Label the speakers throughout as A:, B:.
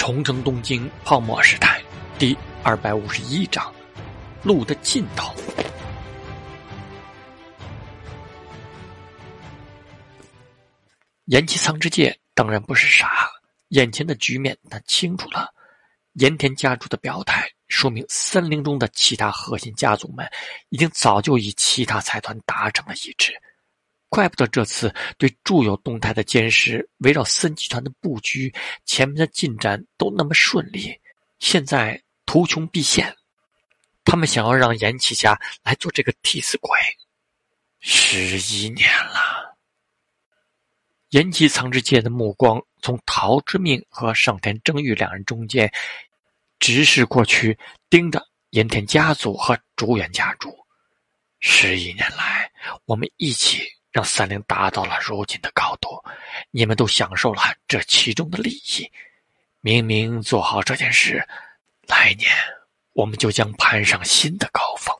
A: 重征东京泡沫时代第251章，路的尽头。岩崎苍之介当然不是傻，眼前的局面他清楚了。盐田家族的表态说明森林中的其他核心家族们已经早就与其他财团达成了一致，怪不得这次对住友动态的监视，围绕森集团的布局，前面的进展都那么顺利。现在图穷匕现，他们想要让岩崎家来做这个替死鬼。11年了。岩崎苍之介的目光从陶之命和上田正裕两人中间直视过去，盯着盐田家族和竹原家族。11年来，我们一起让三菱达到了如今的高度，你们都享受了这其中的利益。明明做好这件事，来年我们就将攀上新的高峰。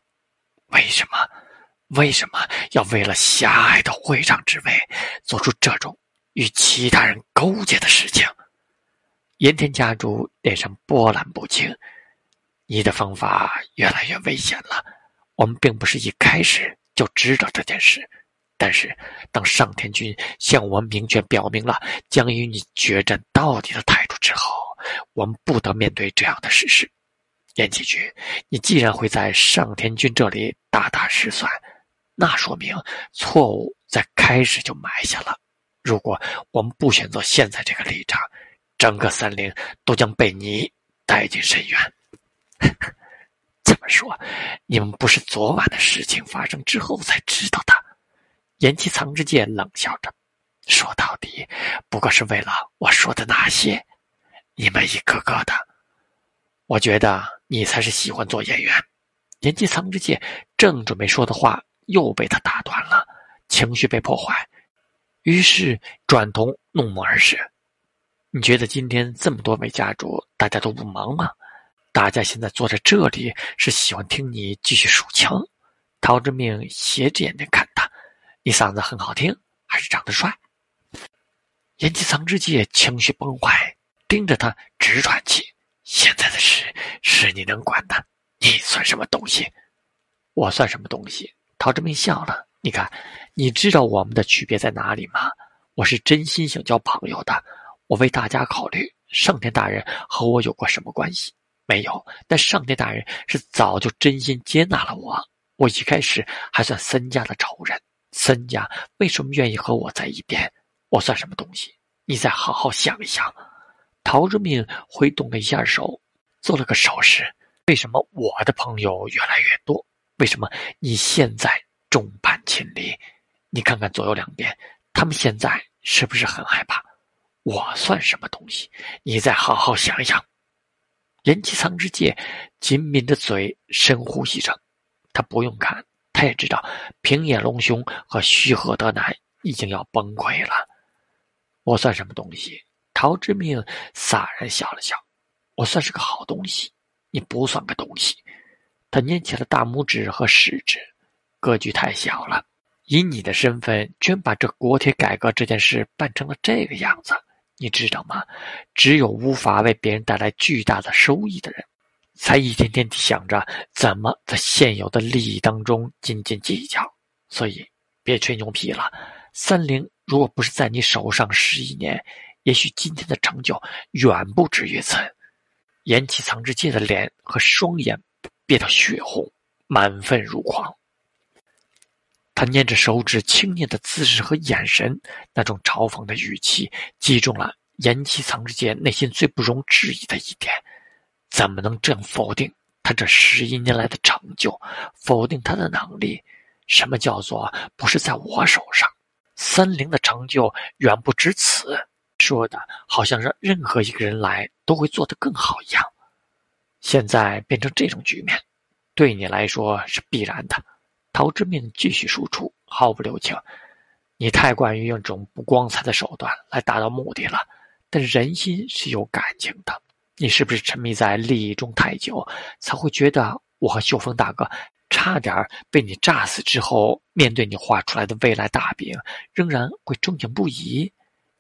A: 为什么要为了狭隘的会长之位做出这种与其他人勾结的事情？盐田家族脸上波澜不惊。你的方法越来越危险了，我们并不是一开始就知道这件事，但是当上田君向我们明确表明了将与你决战到底的态度之后，我们不得面对这样的事实。岩崎君，你既然会在上田君这里大大失算，那说明错误在开始就埋下了。如果我们不选择现在这个立场，整个森林都将被你带进深渊。怎么说，你们不是昨晚的事情发生之后才知道的？岩崎苍之介冷笑着，说到底不过是为了我说的那些，你们一个个的。我觉得你才是喜欢做演员。岩崎苍之介正准备说的话又被他打断了，情绪被破坏，于是转头怒目而视。你觉得今天这么多位家主大家都不忙吗？大家现在坐在这里是喜欢听你继续数枪？陶之命斜着眼睛看他，你嗓子很好听，还是长得帅？岩崎苍之介情绪崩坏，盯着他直喘气。现在的事是你能管的，你算什么东西？我算什么东西？陶之命笑了，你看，你知道我们的区别在哪里吗？我是真心想交朋友的，我为大家考虑。上田大人和我有过什么关系？没有，但上田大人是早就真心接纳了我。我一开始还算森家的仇人，森家为什么愿意和我在一边？我算什么东西？你再好好想一想。陶之命挥动了一下手，做了个手势。为什么我的朋友越来越多？为什么你现在众叛亲离？你看看左右两边，他们现在是不是很害怕？我算什么东西？你再好好想一想。岩崎苍之介紧抿着嘴，深呼吸着。他不用看，他也知道平野龙雄和须贺德南已经要崩溃了。我算什么东西？陶之命洒然笑了笑。我算是个好东西，你不算个东西。他捏起了大拇指和食指，格局太小了。以你的身份，居然把这国铁改革这件事办成了这个样子，你知道吗？只有无法为别人带来巨大的收益的人，才一天天想着怎么在现有的利益当中斤斤计较。所以别吹牛皮了，三菱如果不是在你手上11年，也许今天的成就远不止于此。岩崎苍之介的脸和双眼憋到血红，满愤如狂。他捏着手指轻念的姿势和眼神，那种嘲讽的语气击中了岩崎苍之介内心最不容置疑的一点。怎么能这样否定他这11年来的成就，否定他的能力？什么叫做不是在我手上？森林的成就远不止此，说的好像让任何一个人来都会做得更好一样。现在变成这种局面，对你来说是必然的。陶之命继续输出，毫不留情。你太惯于用这种不光彩的手段来达到目的了，但人心是有感情的。你是不是沉迷在利益中太久，才会觉得我和秀峰大哥差点被你炸死之后，面对你画出来的未来大饼，仍然会正经不疑？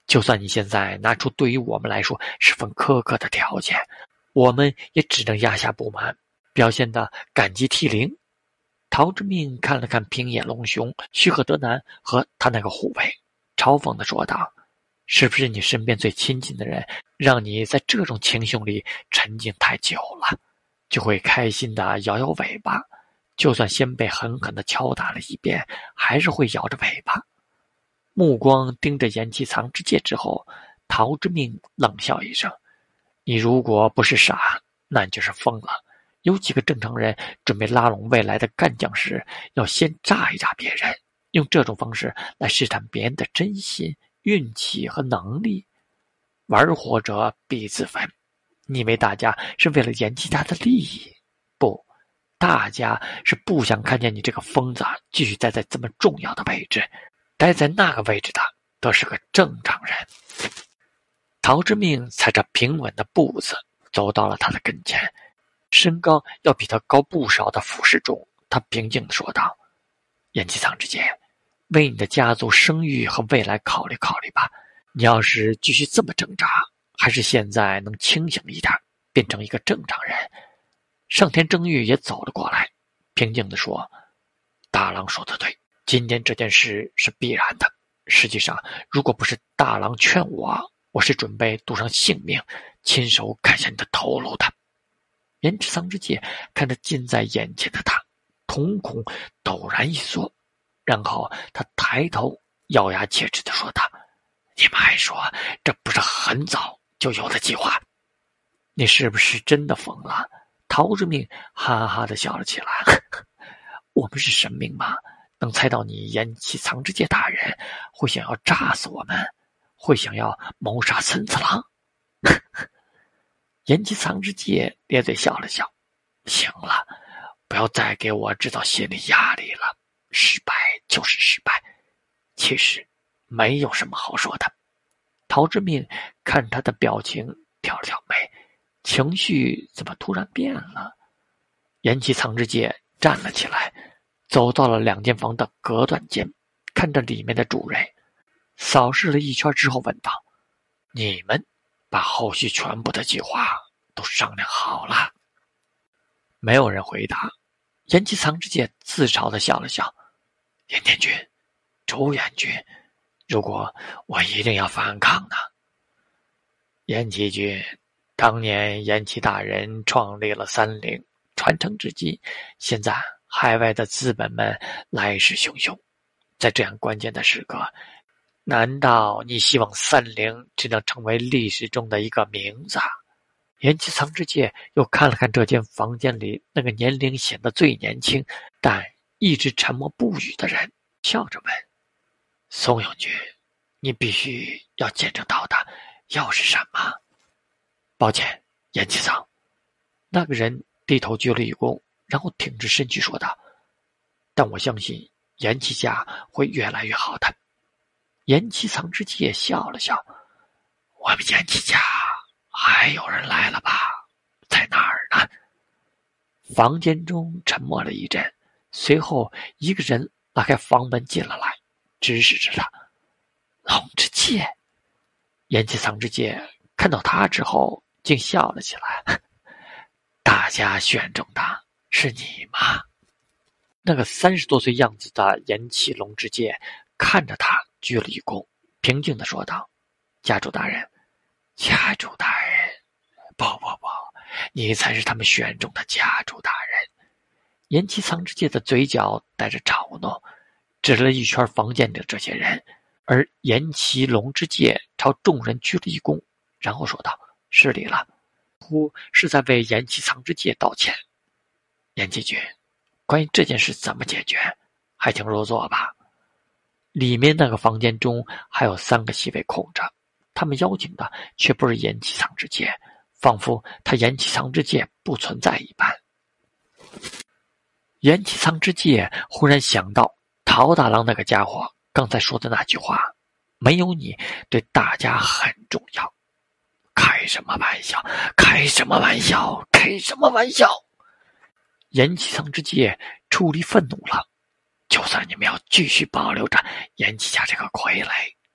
A: 就算你现在拿出对于我们来说十分苛刻的条件，我们也只能压下不满，表现得感激涕零。陶之命看了看平野龙雄、须贺德南和他那个护卫，嘲讽地说道：“是不是你身边最亲近的人，让你在这种情绪里沉浸太久了，就会开心地摇摇尾巴？就算先被狠狠地敲打了一遍，还是会摇着尾巴。”目光盯着岩崎藏之介之后，陶之命冷笑一声：“你如果不是傻，那你就是疯了。有几个正常人准备拉拢未来的干将时，要先炸一炸别人，用这种方式来试探别人的真心、运气和能力。玩火者必自焚。你以为大家是为了延期他的利益？不，大家是不想看见你这个疯子继续待在这么重要的位置。待在那个位置的都是个正常人。”陶之命踩着平稳的步子走到了他的跟前，身高要比他高不少的俯视中，他平静地说道：“岩崎藏之介，为你的家族声誉和未来考虑考虑吧。你要是继续这么挣扎，还是现在能清醒一点，变成一个正常人。”上田正玉也走了过来，平静地说：“大郎说的对，今天这件事是必然的。实际上，如果不是大郎劝我，我是准备赌上性命，亲手砍下你的头颅的。”岩崎藏之介看着近在眼前的他，瞳孔陡然一缩，然后他抬头咬牙切齿地说道：“你们还说这不是很早就有的计划？你是不是真的疯了？”陶之命哈哈地笑了起来：“我们是神明吗？能猜到你岩崎藏之介大人会想要炸死我们，会想要谋杀森次郎？”岩崎藏之介咧嘴笑了笑：“行了，不要再给我制造心理压力了。失败就是失败，其实没有什么好说的。”陶之命看他的表情，挑了挑眉，情绪怎么突然变了？岩崎藏之介站了起来，走到了2间房的隔断间，看着里面的主人，扫视了一圈之后问道：“你们把后续全部的计划都商量好了？”没有人回答。岩崎藏之介自嘲地笑了笑：“岩田君，周元君，如果我一定要反抗呢？”岩崎君，当年岩崎大人创立了三菱，传承至今，现在海外的资本们来势汹汹，在这样关键的时刻，难道你希望三菱只能成为历史中的一个名字？岩崎藏之介又看了看这间房间里那个年龄显得最年轻但一直沉默不语的人，笑着问：“松永君，你必须要见证到的又是什么？”“抱歉，岩崎藏。”那个人低头鞠了一躬，然后挺直身躯说道：“但我相信岩崎家会越来越好的。”岩崎藏之介笑了笑：“我们岩崎家还有人来了吧？在哪儿呢？”房间中沉默了一阵，随后一个人拉开房门进了来，指使着他：“龙之介。”岩崎藏之介看到他之后，竟笑了起来：“大家选中的是你吗？”那个30多岁样子的岩崎龙之介看着他，鞠了一躬，平静地说道：“家主大人。”“家主大人，不，你才是他们选中的家主大人。”岩崎藏之介的嘴角带着嘲弄，指了一圈房间里的这些人，而岩崎龙之介朝众人鞠了一躬，然后说道：“失礼了。”乎是在为岩崎藏之介道歉。“岩崎君，关于这件事怎么解决，还请入座吧。”里面那个房间中还有3个席位空着，他们邀请的却不是岩崎藏之介，仿佛他岩崎藏之介不存在一般。岩崎藏之介忽然想到陶大郎那个家伙刚才说的那句话：“没有你，对大家很重要。”开什么玩笑！开什么玩笑！开什么玩笑！岩崎藏之介出离愤怒了。就算你们要继续保留着岩崎家这个傀儡，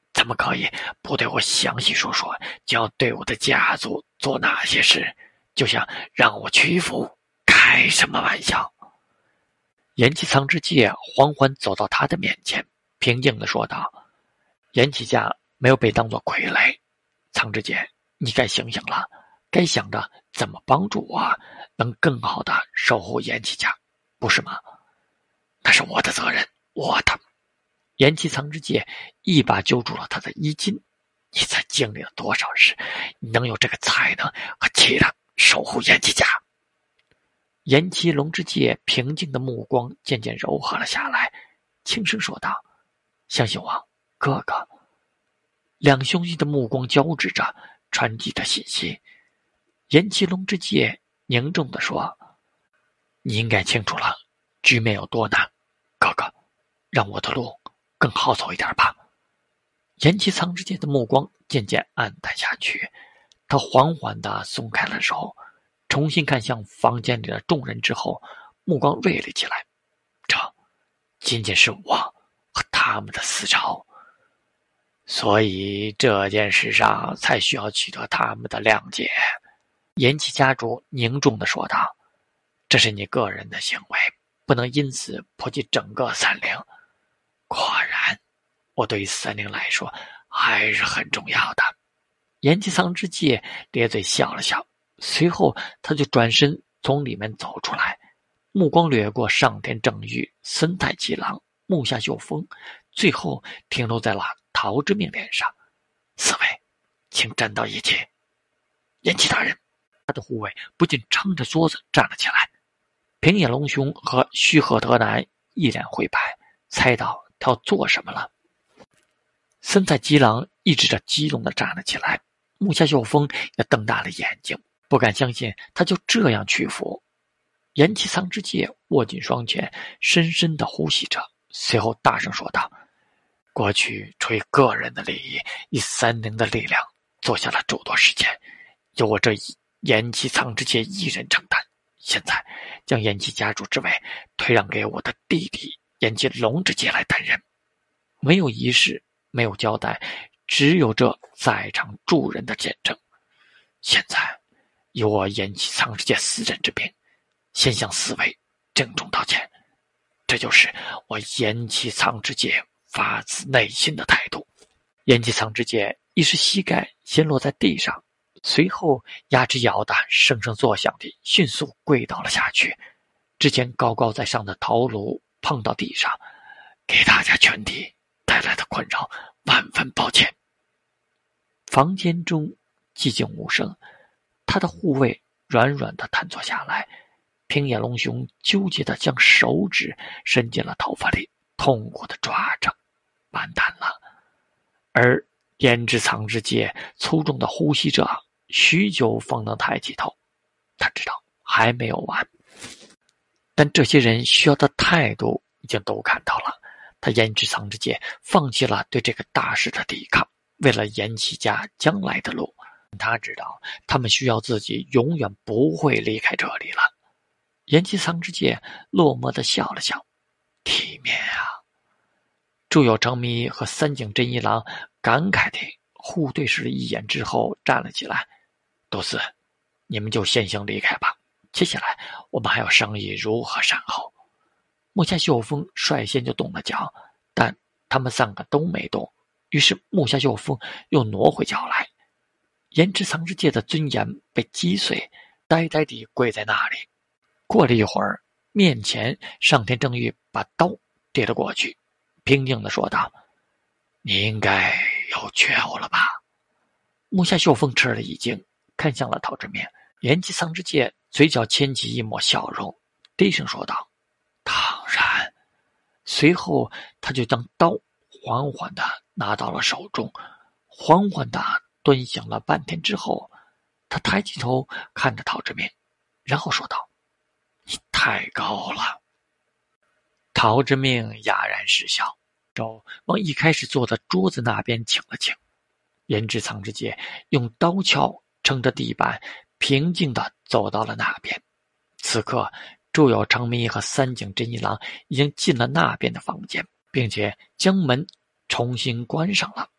A: 怎么可以不对我详细说说将要对我的家族做哪些事，就想让我屈服？开什么玩笑！岩崎苍之介缓缓走到他的面前，平静地说道：岩崎家没有被当作傀儡，苍之介，你该醒醒了，该想着怎么帮助我，能更好地守护岩崎家，不是吗？那是我的责任，我的。岩崎苍之介一把揪住了他的衣襟，你才经历了多少事，你能有这个才能和气量守护岩崎家？岩崎龙之介平静的目光渐渐柔和了下来，轻声说道：相信我，哥哥。两兄弟的目光交织着，传递着信息。岩崎龙之介凝重地说：你应该清楚了，局面有多难，哥哥，让我的路更好走一点吧。岩崎苍之介的目光渐渐暗淡下去，他缓缓地松开了手，重新看向房间里的众人之后，目光锐利起来。这仅仅是我和他们的私仇，所以这件事上才需要取得他们的谅解。岩崎家主凝重地说道：这是你个人的行为，不能因此波及整个森林。果然，我对于森林来说还是很重要的。岩崎苍之介咧嘴笑了笑，随后他就转身从里面走出来，目光掠过上田正裕、森太七郎、木下秀风，最后停留在了陶之命脸上。四位，请站到一起。岩崎大人，他的护卫不禁撑着桌子站了起来。平野龙雄和须贺德南一脸灰白，猜到他要做什么了。森太七郎一直着激动地站了起来，木下秀风也瞪大了眼睛，不敢相信他就这样屈服。岩崎苍之介握紧双拳，深深地呼吸着，随后大声说道：过去出于个人的利益，以森林的力量做下了诸多事件，由我这岩崎苍之介一人承担。现在将岩崎家主之位推让给我的弟弟岩崎龙之介来担任。没有仪式，没有交代，只有这在场诸人的见证。现在由我岩崎苍之介私人之兵，先向四位郑重道歉，这就是我岩崎苍之介发自内心的态度。岩崎苍之介一时膝盖先落在地上，随后牙齿咬得声声作响地迅速跪倒了下去。之前高高在上的头颅碰到地上，给大家全体带来的困扰万分抱歉。房间中寂静无声，他的护卫软软地瘫坐下来，平野龙雄纠结地将手指伸进了头发里，痛苦地抓着。完蛋了。而岩之苍之介粗重地呼吸着，许久方能抬起头。他知道还没有完，但这些人需要的态度已经都看到了。他岩之苍之介放弃了对这个大事的抵抗，为了岩崎家将来的路，他知道他们需要自己永远不会离开这里了。岩崎苍之介落寞地笑了笑，体面啊。住友成弥和三井真一郎感慨地互对视了一眼之后站了起来。多司，你们就先行离开吧，接下来我们还要商议如何善后。木下秀风率先就动了脚，但他们三个都没动，于是木下秀风又挪回脚来。岩之苍之介的尊严被击碎，呆呆地跪在那里。过了一会儿，面前上田正裕把刀递了过去，平静地说道：你应该有觉悟了吧？木下秀风吃了一惊，看向了陶之面。岩崎苍之介嘴角牵起一抹笑容，低声说道：当然。随后他就将刀缓缓地拿到了手中，缓缓地端详了半天之后，他抬起头看着陶之面，然后说道：你太高了。陶之命哑然失笑，手往一开始坐的桌子那边请了请。岩之苍之介用刀鞘撑着地板，平静地走到了那边。此刻住友成弥和三井真一郎已经进了那边的房间，并且将门重新关上了。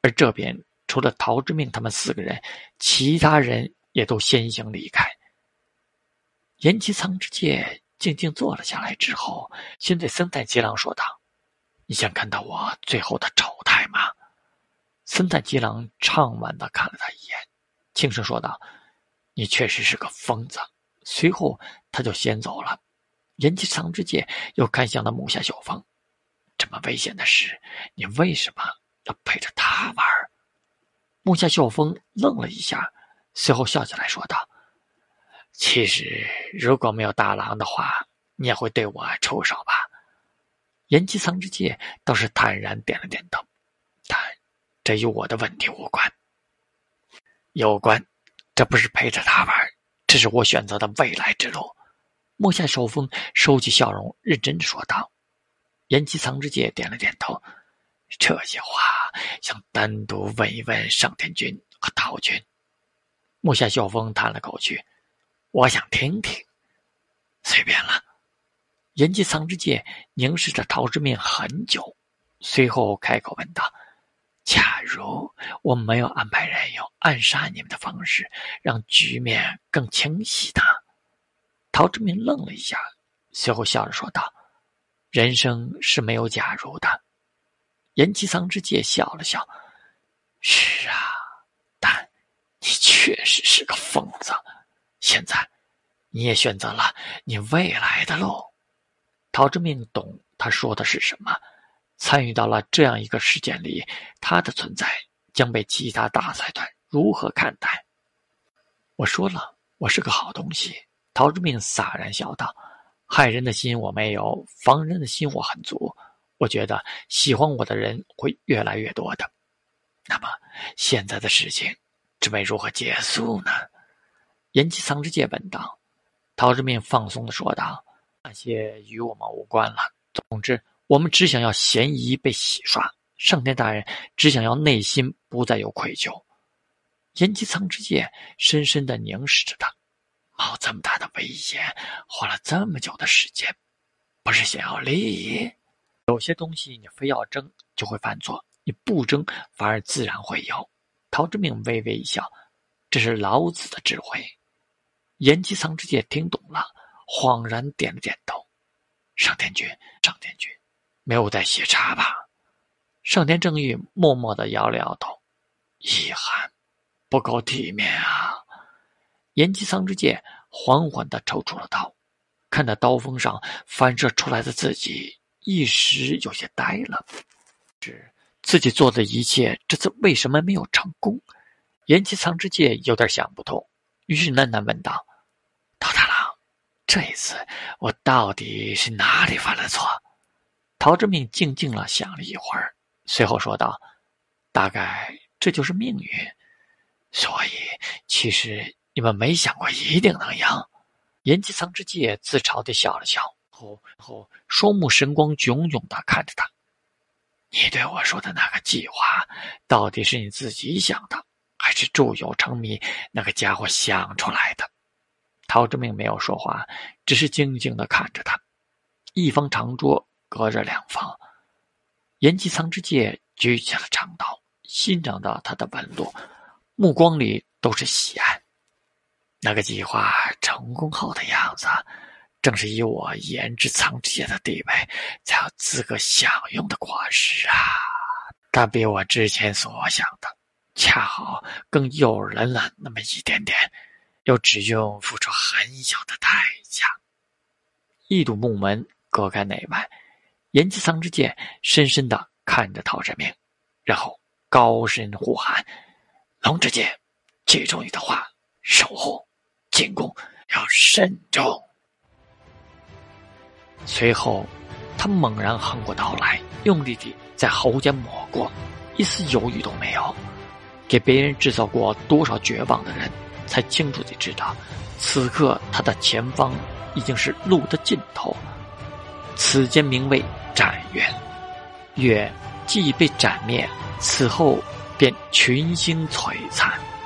A: 而这边除了陶之命他们4个人，其他人也都先行离开。岩崎苍之介静静坐了下来之后，先对森太吉郎说道：“你想看到我最后的丑态吗？”森太吉郎怅惋地看了他一眼，轻声说道：“你确实是个疯子。”随后他就先走了。岩崎苍之介又看向了木下秀风：“这么危险的事，你为什么要陪着他玩？”木下秀风愣了一下，随后笑起来说道：“其实如果没有大郎的话，你也会对我出手吧？”岩崎苍之介倒是坦然点了点头，但这与我的问题无关。有关，这不是陪着他玩，这是我选择的未来之路。木下秀风收起笑容，认真地说道。岩崎苍之介点了点头，这些话想单独问一问上天君和陶君。木下秀风叹了口气，我想听听。随便了。岩崎苍之介凝视着陶之命很久，随后开口问道：“假如我没有安排人用暗杀你们的方式，让局面更清晰呢？”陶之命愣了一下，随后笑着说道：“人生是没有假如的。”岩崎苍之介笑了笑：“是啊，但你确实是个疯子。现在你也选择了你未来的路。”陶之命懂他说的是什么，参与到了这样一个事件里，他的存在将被其他大财团如何看待？我说了，我是个好东西。陶之命洒然笑道：“害人的心我没有，防人的心我很足。我觉得喜欢我的人会越来越多的。那么现在的事情准备如何结束呢？”岩崎苍之介问道。陶之命放松地说道：“那些与我们无关了。总之，我们只想要嫌疑被洗刷，上天大人只想要内心不再有愧疚。”岩崎苍之介深深地凝视着他，冒这么大的危险，花了这么久的时间，不是想要利益？有些东西你非要争就会犯错，你不争反而自然会有。陶之命微微一笑，这是老子的智慧。岩崎苍之介听懂了，恍然点了点头。上天君，没有在写差吧？上天正义默默地摇了摇头，遗憾，不够体面啊。岩崎苍之介缓缓地抽出了刀，看着刀锋上反射出来的自己，一时有些呆了。是自己做的一切，这次为什么没有成功？岩崎苍之介有点想不通，于是喃喃问道：“陶大郎，这一次我到底是哪里犯了错？”陶之命静静地想了一会儿，随后说道：“大概这就是命运。所以其实你们没想过一定能赢。”岩崎苍之介自嘲地笑了笑，后双目神光炯炯地看着他：“你对我说的那个计划，到底是你自己想的，还是祝有成迷那个家伙想出来的？”陶之命没有说话，只是静静地看着他。一方长桌隔着两方，岩崎苍之介举起了长刀，欣赏着他的纹路，目光里都是喜爱。那个计划成功后的样子，正是以我岩之苍之介的地位才有资格享用的果实啊！它比我之前所想的，恰好更诱人了那么一点点，又只用付出很小的代价。一堵木门隔开内外，岩崎苍之介深深地看着陶之命，然后高声呼喊：“龙之介，记住你的话，守护进攻要慎重。”随后他猛然横过刀来，用力地在喉间抹过，一丝犹豫都没有。给别人制造过多少绝望的人才清楚地知道，此刻他的前方已经是路的尽头。此间名为斩月，月既已被斩灭，此后便群星璀璨。